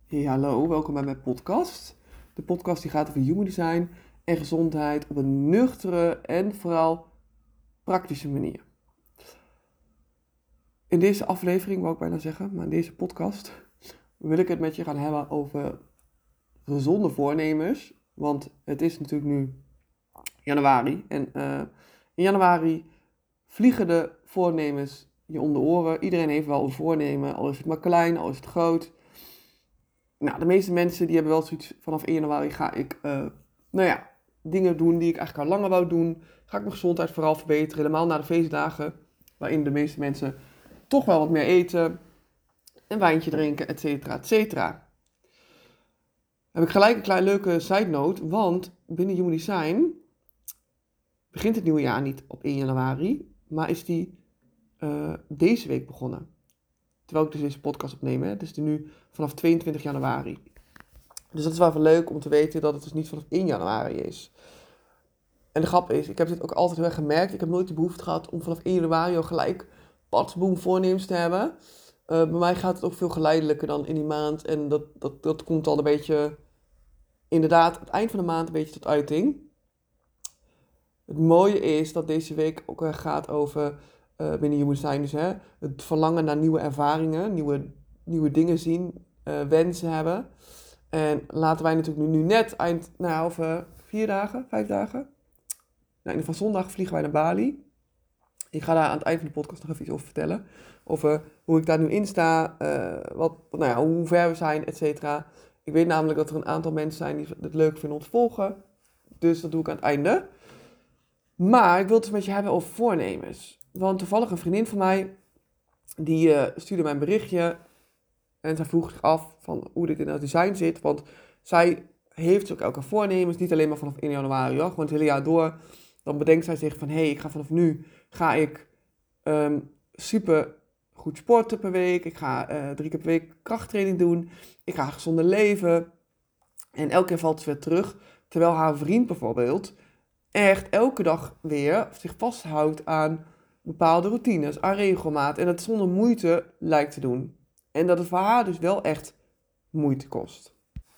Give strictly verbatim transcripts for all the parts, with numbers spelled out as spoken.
Hey, hallo, welkom bij mijn podcast. De podcast die gaat over human design en gezondheid op een nuchtere en vooral praktische manier. In deze aflevering, wou ik bijna zeggen, maar in deze podcast wil ik het met je gaan hebben over gezonde voornemens. Want het is natuurlijk nu januari en uh, in januari vliegen de voornemens je om de oren. Iedereen heeft wel een voornemen, al is het maar klein, al is het groot. Nou, de meeste mensen die hebben wel zoiets, vanaf één januari ga ik, uh, nou ja, dingen doen die ik eigenlijk al langer wou doen. Ga ik mijn gezondheid vooral verbeteren, helemaal na de feestdagen, waarin de meeste mensen toch wel wat meer eten, een wijntje drinken, et cetera, et cetera. Heb ik gelijk een klein leuke side note, want binnen Human Design begint het nieuwe jaar niet op één januari, maar is die uh, deze week begonnen. Terwijl ik dus deze podcast opneem, hè. Het is nu vanaf tweeëntwintig januari. Dus dat is wel even leuk om te weten dat het dus niet vanaf één januari is. En de grap is, ik heb dit ook altijd heel erg gemerkt. Ik heb nooit de behoefte gehad om vanaf één januari al gelijk patsboom voornemens te hebben. Uh, bij mij gaat het ook veel geleidelijker dan in die maand. En dat, dat, dat komt al een beetje, inderdaad, het eind van de maand een beetje tot uiting. Het mooie is dat deze week ook gaat over, uh, binnen Human Design dus, hè, het verlangen naar nieuwe ervaringen, nieuwe, nieuwe dingen zien, uh, wensen hebben. En laten wij natuurlijk nu, nu net eind, nou over vier dagen, vijf dagen. Nou, in ieder geval zondag vliegen wij naar Bali. Ik ga daar aan het eind van de podcast nog even iets over vertellen. Over hoe ik daar nu in sta, uh, wat, nou ja, hoe ver we zijn, et cetera. Ik weet namelijk dat er een aantal mensen zijn die het leuk vinden om te volgen. Dus dat doe ik aan het einde. Maar ik wil het eens met je hebben over voornemens. Want toevallig een vriendin van mij, die uh, stuurde mij een berichtje. En zij vroeg zich af van hoe dit in het design zit. Want zij heeft ook elke voornemens, niet alleen maar vanaf één januari, hoor, gewoon het hele jaar door. Dan bedenkt zij zich van, hé, hey, ik ga vanaf nu, ga ik um, super goed sporten per week. Ik ga uh, drie keer per week krachttraining doen. Ik ga gezonder leven. En elke keer valt ze weer terug. Terwijl haar vriend bijvoorbeeld echt elke dag weer zich vasthoudt aan bepaalde routines, aan regelmaat. En het zonder moeite lijkt te doen. En dat het voor haar dus wel echt moeite kost.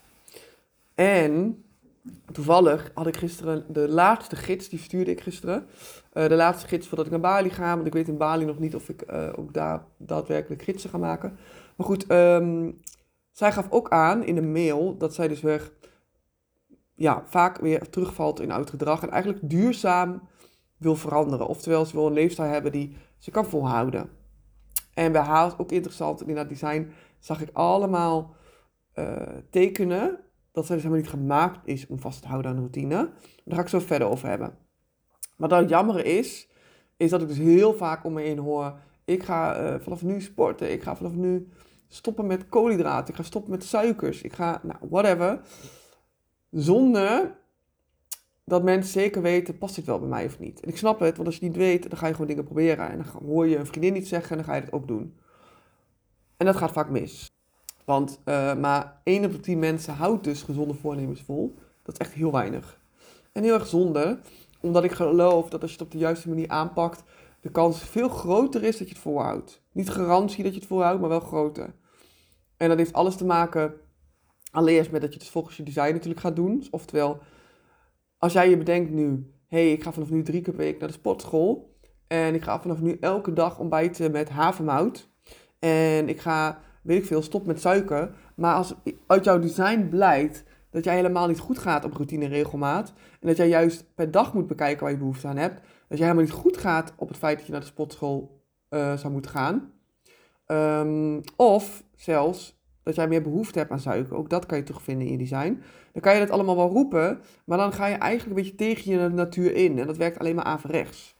En toevallig had ik gisteren de laatste gids, die stuurde ik gisteren. Uh, de laatste gids voordat ik naar Bali ga. Want ik weet in Bali nog niet of ik uh, ook daar daadwerkelijk gidsen ga maken. Maar goed, um, zij gaf ook aan in een mail dat zij dus weer, ja, vaak weer terugvalt in oud gedrag. En eigenlijk duurzaam wil veranderen. Oftewel, ze wil een leefstijl hebben die ze kan volhouden. En bij haar was ook interessant, in dat design zag ik allemaal uh, tekenen dat zij dus helemaal niet gemaakt is om vast te houden aan een routine. Daar ga ik zo verder over hebben. Maar dat het jammer is, is dat ik dus heel vaak om me heen hoor, ik ga uh, vanaf nu sporten, ik ga vanaf nu stoppen met koolhydraten, ik ga stoppen met suikers, ik ga, nou, whatever. Zonder dat mensen zeker weten, past dit wel bij mij of niet. En ik snap het, want als je het niet weet, dan ga je gewoon dingen proberen. En dan hoor je een vriendin iets zeggen en dan ga je het ook doen. En dat gaat vaak mis. Want uh, maar één op de tien mensen houdt dus gezonde voornemens vol. Dat is echt heel weinig. En heel erg zonde, omdat ik geloof dat als je het op de juiste manier aanpakt, de kans veel groter is dat je het volhoudt. Niet garantie dat je het volhoudt, maar wel groter. En dat heeft alles te maken, allereerst met dat je het volgens je design natuurlijk gaat doen. Oftewel, als jij je bedenkt nu, hé, hey, ik ga vanaf nu drie keer per week naar de sportschool. En ik ga vanaf nu elke dag ontbijten met havermout. En ik ga, weet ik veel, stop met suiker. Maar als uit jouw design blijkt dat jij helemaal niet goed gaat op routine en regelmaat. En dat jij juist per dag moet bekijken waar je behoefte aan hebt. Dat jij helemaal niet goed gaat op het feit dat je naar de sportschool uh, zou moeten gaan. Um, of zelfs dat jij meer behoefte hebt aan suiker. Ook dat kan je terugvinden in je design. Dan kan je dat allemaal wel roepen, maar dan ga je eigenlijk een beetje tegen je natuur in. En dat werkt alleen maar averechts.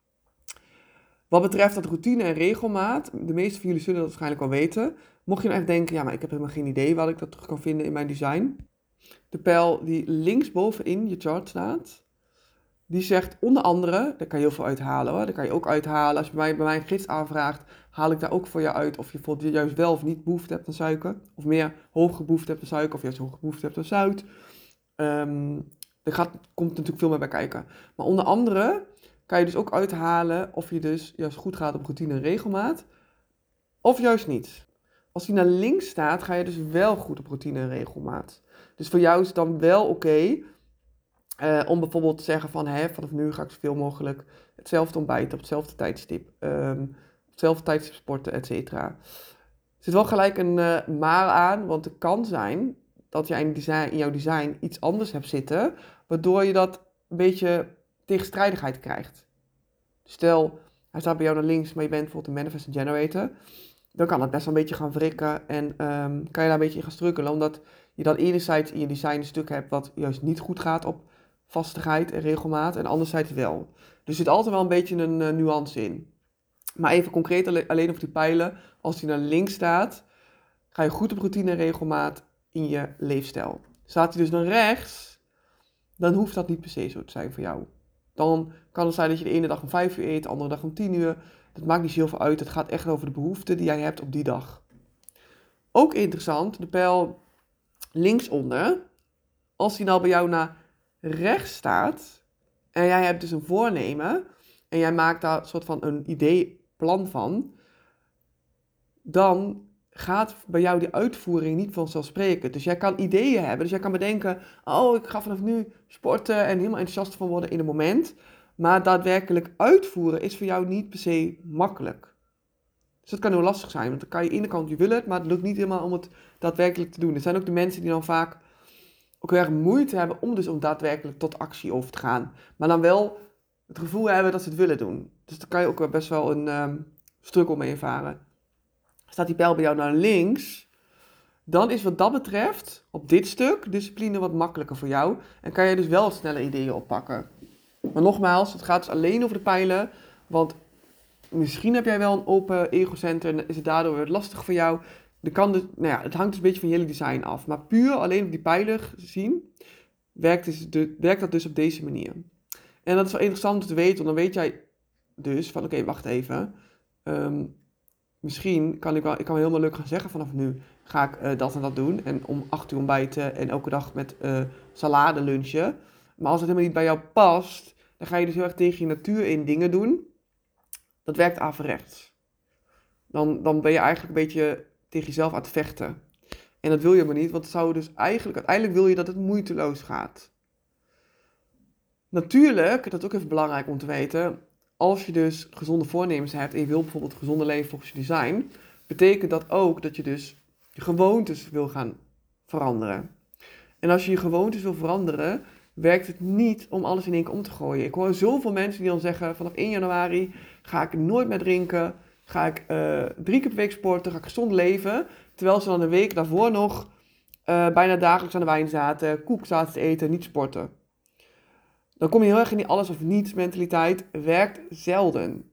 Wat betreft dat routine en regelmaat, de meeste van jullie zullen dat waarschijnlijk wel weten. Mocht je nou echt denken, ja, maar ik heb helemaal geen idee waar ik dat terug kan vinden in mijn design. De pijl die linksbovenin je chart staat, die zegt onder andere, daar kan je heel veel uithalen hoor. Daar kan je ook uithalen, als je bij mij, bij mij een gids aanvraagt, haal ik daar ook voor je uit of je bijvoorbeeld juist wel of niet behoefte hebt aan suiker. Of meer hoge behoefte hebt aan suiker of juist hoge behoefte hebt aan zout. Um, er gaat, komt natuurlijk veel meer bij kijken. Maar onder andere kan je dus ook uithalen of je dus juist goed gaat op routine en regelmaat. Of juist niet. als die naar links staat, ga je dus wel goed op routine en regelmaat. Dus voor jou is het dan wel oké okay, uh, om bijvoorbeeld te zeggen van, hè, vanaf nu ga ik zoveel mogelijk hetzelfde ontbijten op hetzelfde tijdstip, um, op hetzelfde tijdstip sporten, et cetera. Er zit wel gelijk een uh, maar aan, want het kan zijn dat jij in, design, in jouw design iets anders hebt zitten, waardoor je dat een beetje tegenstrijdigheid krijgt. Stel, hij staat bij jou naar links, maar je bent bijvoorbeeld een manifesting generator, dan kan het best wel een beetje gaan wrikken en um, kan je daar een beetje in gaan strukkelen, omdat je dan enerzijds in je design een stuk hebt wat juist niet goed gaat op vastigheid en regelmaat en anderzijds wel. Dus er zit altijd wel een beetje een uh, nuance in. Maar even concreet alle- alleen over die pijlen, als die naar links staat, ga je goed op routine en regelmaat in je leefstijl. Staat hij dus naar rechts, dan hoeft dat niet per se zo te zijn voor jou. Dan kan het zijn dat je de ene dag om vijf uur eet, de andere dag om tien uur. Dat maakt niet zoveel uit. Het gaat echt over de behoeften die jij hebt op die dag. Ook interessant, de pijl linksonder. Als die nou bij jou naar rechts staat en jij hebt dus een voornemen en jij maakt daar een soort van een idee, plan van, dan gaat bij jou die uitvoering niet vanzelfsprekend. Dus jij kan ideeën hebben. Dus jij kan bedenken, oh, ik ga vanaf nu sporten en helemaal enthousiast van worden in een moment. Maar daadwerkelijk uitvoeren is voor jou niet per se makkelijk. Dus dat kan heel lastig zijn. Want dan kan je aan de ene kant, je wil het, maar het lukt niet helemaal om het daadwerkelijk te doen. Er zijn ook de mensen die dan vaak ook heel erg moeite hebben om dus om daadwerkelijk tot actie over te gaan. Maar dan wel het gevoel hebben dat ze het willen doen. Dus daar kan je ook best wel een um, struggle mee ervaren. Staat die pijl bij jou naar links, dan is wat dat betreft op dit stuk discipline wat makkelijker voor jou. En kan je dus wel snelle ideeën oppakken. Maar nogmaals, het gaat dus alleen over de pijlen. Want misschien heb jij wel een open egocenter en is het daardoor weer lastig voor jou. De kan dus, nou ja, het hangt dus een beetje van je hele design af. Maar puur alleen op die pijlen zien, werkt, dus de, werkt dat dus op deze manier. En dat is wel interessant om te weten, want dan weet jij dus van oké, okay, wacht even. Um, Misschien kan ik wel, ik kan helemaal leuk gaan zeggen vanaf nu ga ik uh, dat en dat doen. En om acht uur ontbijten en elke dag met uh, salade lunchen. Maar als het helemaal niet bij jou past, dan ga je dus heel erg tegen je natuur in dingen doen. Dat werkt averechts. Dan, dan ben je eigenlijk een beetje tegen jezelf aan het vechten. En dat wil je maar niet, want het zou dus eigenlijk, uiteindelijk wil je dat het moeiteloos gaat. Natuurlijk, dat is ook even belangrijk om te weten, als je dus gezonde voornemens hebt en je wil bijvoorbeeld gezonde leven volgens je design, betekent dat ook dat je dus je gewoontes wil gaan veranderen. En als je je gewoontes wil veranderen, werkt het niet om alles in één keer om te gooien. Ik hoor zoveel mensen die dan zeggen, vanaf één januari ga ik nooit meer drinken, ga ik uh, drie keer per week sporten, ga ik gezond leven, terwijl ze dan een week daarvoor nog uh, bijna dagelijks aan de wijn zaten, koek zaten te eten, niet sporten. Dan kom je heel erg in die alles of niets mentaliteit, werkt zelden.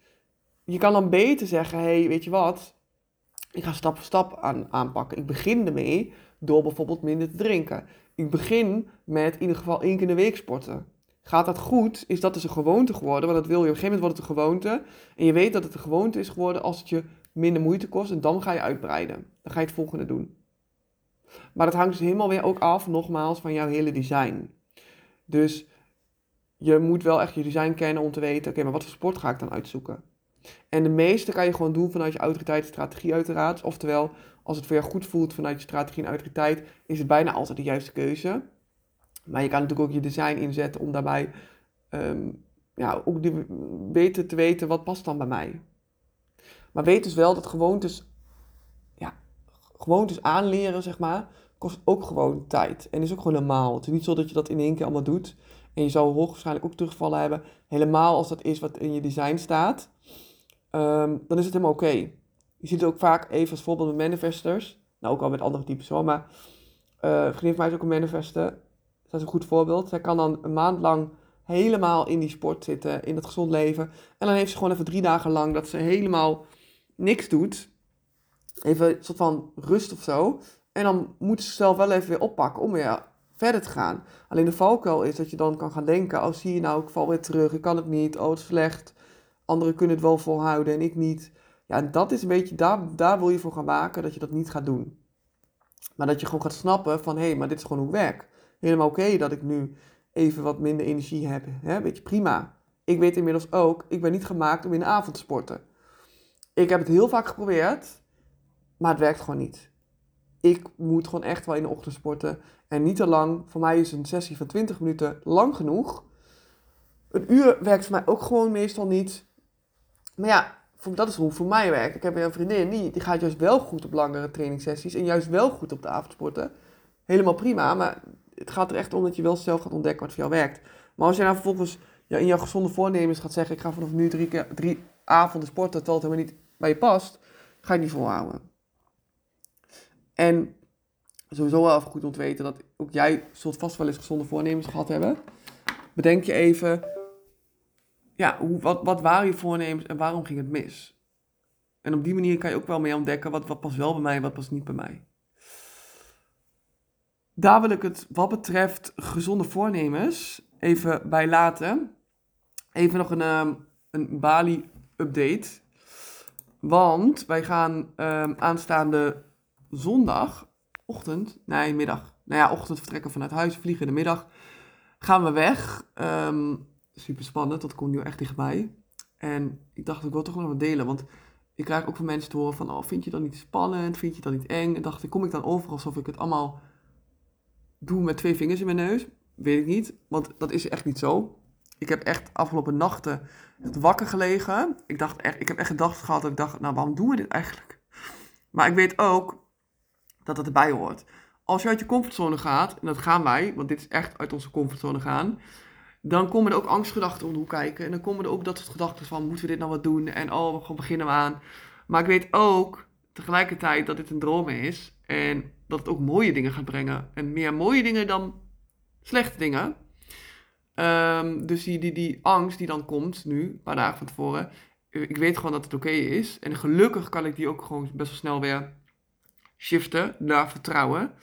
Je kan dan beter zeggen, hé, hey, weet je wat, ik ga stap voor stap aan, aanpakken. Ik begin ermee door bijvoorbeeld minder te drinken. Ik begin met in ieder geval één keer in de week sporten. Gaat dat goed, is dat dus een gewoonte geworden, want dat wil je. Op een gegeven moment wordt het een gewoonte. En je weet dat het een gewoonte is geworden als het je minder moeite kost en dan ga je uitbreiden. Dan ga je het volgende doen. Maar dat hangt dus helemaal weer ook af, nogmaals, van jouw hele design. Dus je moet wel echt je design kennen om te weten, oké, okay, maar wat voor sport ga ik dan uitzoeken? En de meeste kan je gewoon doen vanuit je autoriteit en strategie uiteraard. Oftewel, als het voor jou goed voelt vanuit je strategie en autoriteit, is het bijna altijd de juiste keuze. Maar je kan natuurlijk ook je design inzetten om daarbij um, ja, ook die, beter te weten wat past dan bij mij. Maar weet dus wel dat gewoontes, ja, gewoontes aanleren, zeg maar, kost ook gewoon tijd. En is ook gewoon normaal. Het is niet zo dat je dat in één keer allemaal doet. En je zou hoogstwaarschijnlijk ook terugvallen hebben. Helemaal als dat is wat in je design staat. Um, dan is het helemaal oké. Okay. Je ziet het ook vaak even als voorbeeld met manifestors. Nou, ook al met andere types hoor. Maar uh, een vriendin van mij is ook een manifester. Dat is een goed voorbeeld. Zij kan dan een maand lang helemaal in die sport zitten. In het gezond leven. En dan heeft ze gewoon even drie dagen lang dat ze helemaal niks doet. Even een soort van rust of zo. En dan moet ze zichzelf wel even weer oppakken om weer verder te gaan. Alleen de valkuil is dat je dan kan gaan denken, oh zie je nou, ik val weer terug, ik kan het niet, oh het is slecht. Anderen kunnen het wel volhouden en ik niet. Ja, en dat is een beetje, daar, daar wil je voor gaan waken dat je dat niet gaat doen. Maar dat je gewoon gaat snappen van, hé, hey, maar dit is gewoon hoe ik werk. Helemaal oké okay dat ik nu even wat minder energie heb. Hè? Beetje prima. Ik weet inmiddels ook, ik ben niet gemaakt om in de avond te sporten. Ik heb het heel vaak geprobeerd. Maar het werkt gewoon niet. Ik moet gewoon echt wel in de ochtend sporten. En niet te lang. Voor mij is een sessie van twintig minuten lang genoeg. Een uur werkt voor mij ook gewoon meestal niet. Maar ja, dat is hoe het voor mij werkt. Ik heb een vriendin, die, die gaat juist wel goed op langere trainingssessies. En juist wel goed op de avondsporten. Helemaal prima, maar het gaat er echt om dat je wel zelf gaat ontdekken wat voor jou werkt. Maar als je nou vervolgens ja, in jouw gezonde voornemens gaat zeggen, ik ga vanaf nu drie, keer, drie avonden sporten, terwijl het helemaal niet bij je past, ga je niet volhouden. En sowieso wel even goed om te weten dat ook jij zult vast wel eens gezonde voornemens gehad hebben. Bedenk je even, ja, hoe, wat, wat waren je voornemens en waarom ging het mis? En op die manier kan je ook wel mee ontdekken wat, wat past wel bij mij en wat past niet bij mij. Daar wil ik het wat betreft gezonde voornemens even bij laten. Even nog een, um, een Bali-update. Want wij gaan um, aanstaande zondagochtend, nee middag, nou ja, ochtend vertrekken vanuit huis, vliegen in de middag, gaan we weg. Um, super spannend, dat komt nu echt dichtbij. En ik dacht, ik wil toch nog wat delen, want ik krijg ook van mensen te horen van, oh, vind je dat niet spannend, vind je dat niet eng? En dacht ik, kom ik dan over alsof ik het allemaal doe met twee vingers in mijn neus? Weet ik niet, want dat is echt niet zo. Ik heb echt afgelopen nachten echt wakker gelegen. Ik dacht echt, ik heb echt gedacht gehad dat ik dacht, nou, waarom doen we dit eigenlijk? Maar ik weet ook dat het erbij hoort. Als je uit je comfortzone gaat, en dat gaan wij, want dit is echt uit onze comfortzone gaan, dan komen er ook angstgedachten om de hoek kijken. En dan komen er ook dat soort gedachten van, moeten we dit nou wat doen? En oh, we gaan beginnen we aan. Maar ik weet ook tegelijkertijd dat dit een droom is. En dat het ook mooie dingen gaat brengen. En meer mooie dingen dan slechte dingen. Um, dus die, die, die angst die dan komt nu, een paar dagen van tevoren. Ik weet gewoon dat het oké is. En gelukkig kan ik die ook gewoon best wel snel weer shiften naar vertrouwen.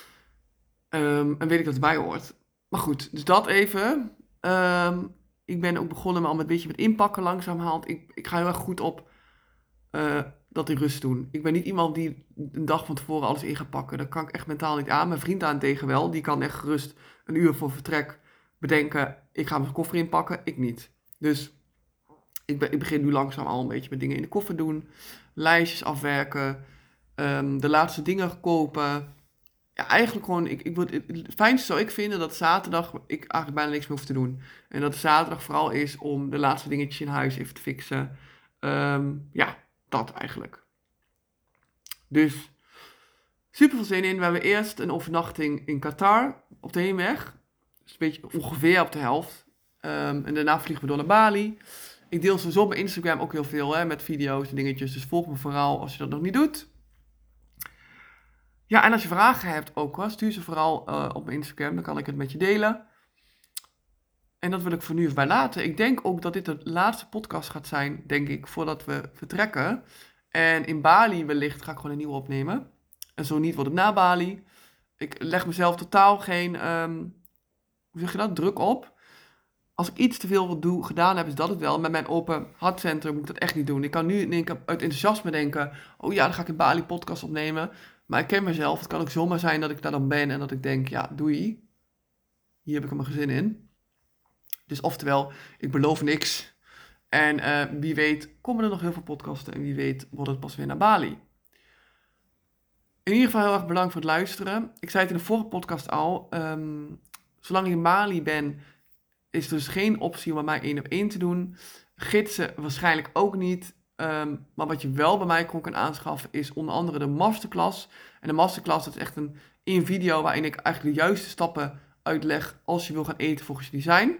Um, en weet ik dat het bij hoort. Maar goed, dus dat even. Um, ik ben ook begonnen met al met een beetje met inpakken langzamerhand. Ik, ik ga heel erg goed op uh, dat die rust doen. Ik ben niet iemand die een dag van tevoren alles in gaat pakken. Dat kan ik echt mentaal niet aan. Mijn vriend daarentegen wel. Die kan echt gerust een uur voor vertrek bedenken, ik ga mijn koffer inpakken. Ik niet. Dus ik, ben, ik begin nu langzaam al een beetje met dingen in de koffer doen. Lijstjes afwerken. Um, de laatste dingen kopen. Ja, eigenlijk gewoon, ik, ik, het, het fijnste zou ik vinden dat zaterdag ik eigenlijk bijna niks meer hoef te doen. En dat zaterdag vooral is om de laatste dingetjes in huis even te fixen. Um, ja, dat eigenlijk. Dus super veel zin in. We hebben eerst een overnachting in Qatar op de heenweg. Dus een beetje ongeveer op de helft. Um, en daarna vliegen we door naar Bali. Ik deel sowieso op mijn Instagram ook heel veel hè, met video's en dingetjes. Dus volg me vooral als je dat nog niet doet. Ja, en als je vragen hebt ook, hoor, stuur ze vooral uh, op mijn Instagram. Dan kan ik het met je delen. En dat wil ik voor nu even bij laten. Ik denk ook dat dit de laatste podcast gaat zijn, denk ik, voordat we vertrekken. En in Bali wellicht ga ik gewoon een nieuwe opnemen. En zo niet wordt het na Bali. Ik leg mezelf totaal geen, um, hoe zeg je dat, druk op. Als ik iets te veel doe, gedaan heb, is dat het wel. Met mijn open hartcentrum moet ik dat echt niet doen. Ik kan nu in één keer uit enthousiasme denken, oh ja, dan ga ik een Bali podcast opnemen. Maar ik ken mezelf. Het kan ook zomaar zijn dat ik daar dan ben en dat ik denk, ja, doei. Hier heb ik er mijn gezin in. Dus oftewel, ik beloof niks. En uh, wie weet komen er nog heel veel podcasten en wie weet wordt het pas weer naar Bali. In ieder geval heel erg bedankt voor het luisteren. Ik zei het in de vorige podcast al. Um, zolang ik in Bali ben, is er dus geen optie om bij mij één op één te doen. Gidsen waarschijnlijk ook niet. Um, maar wat je wel bij mij kon kan aanschaffen is onder andere de masterclass. En de masterclass dat is echt een in video waarin ik eigenlijk de juiste stappen uitleg als je wil gaan eten volgens je design.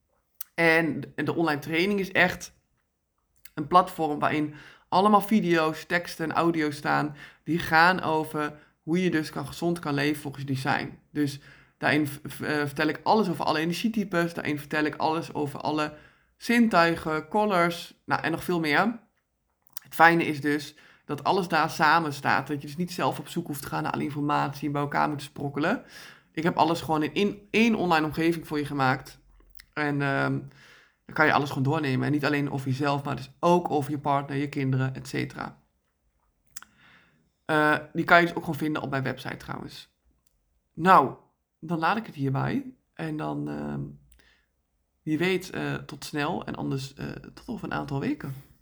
En de online training is echt een platform waarin allemaal video's, teksten en audio's staan die gaan over hoe je dus kan gezond kan leven volgens je design. Dus daarin uh, vertel ik alles over alle energietypes, daarin vertel ik alles over alle zintuigen, colors, nou en nog veel meer. Het fijne is dus dat alles daar samen staat, dat je dus niet zelf op zoek hoeft te gaan naar alle informatie en bij elkaar moet sprokkelen. Ik heb alles gewoon in, in één online omgeving voor je gemaakt. En um, dan kan je alles gewoon doornemen. En niet alleen over jezelf, maar dus ook over je partner, je kinderen, et cetera. Uh, die kan je dus ook gewoon vinden op mijn website trouwens. Nou, dan laat ik het hierbij. En dan, uh, wie weet, uh, tot snel. En anders uh, tot over een aantal weken.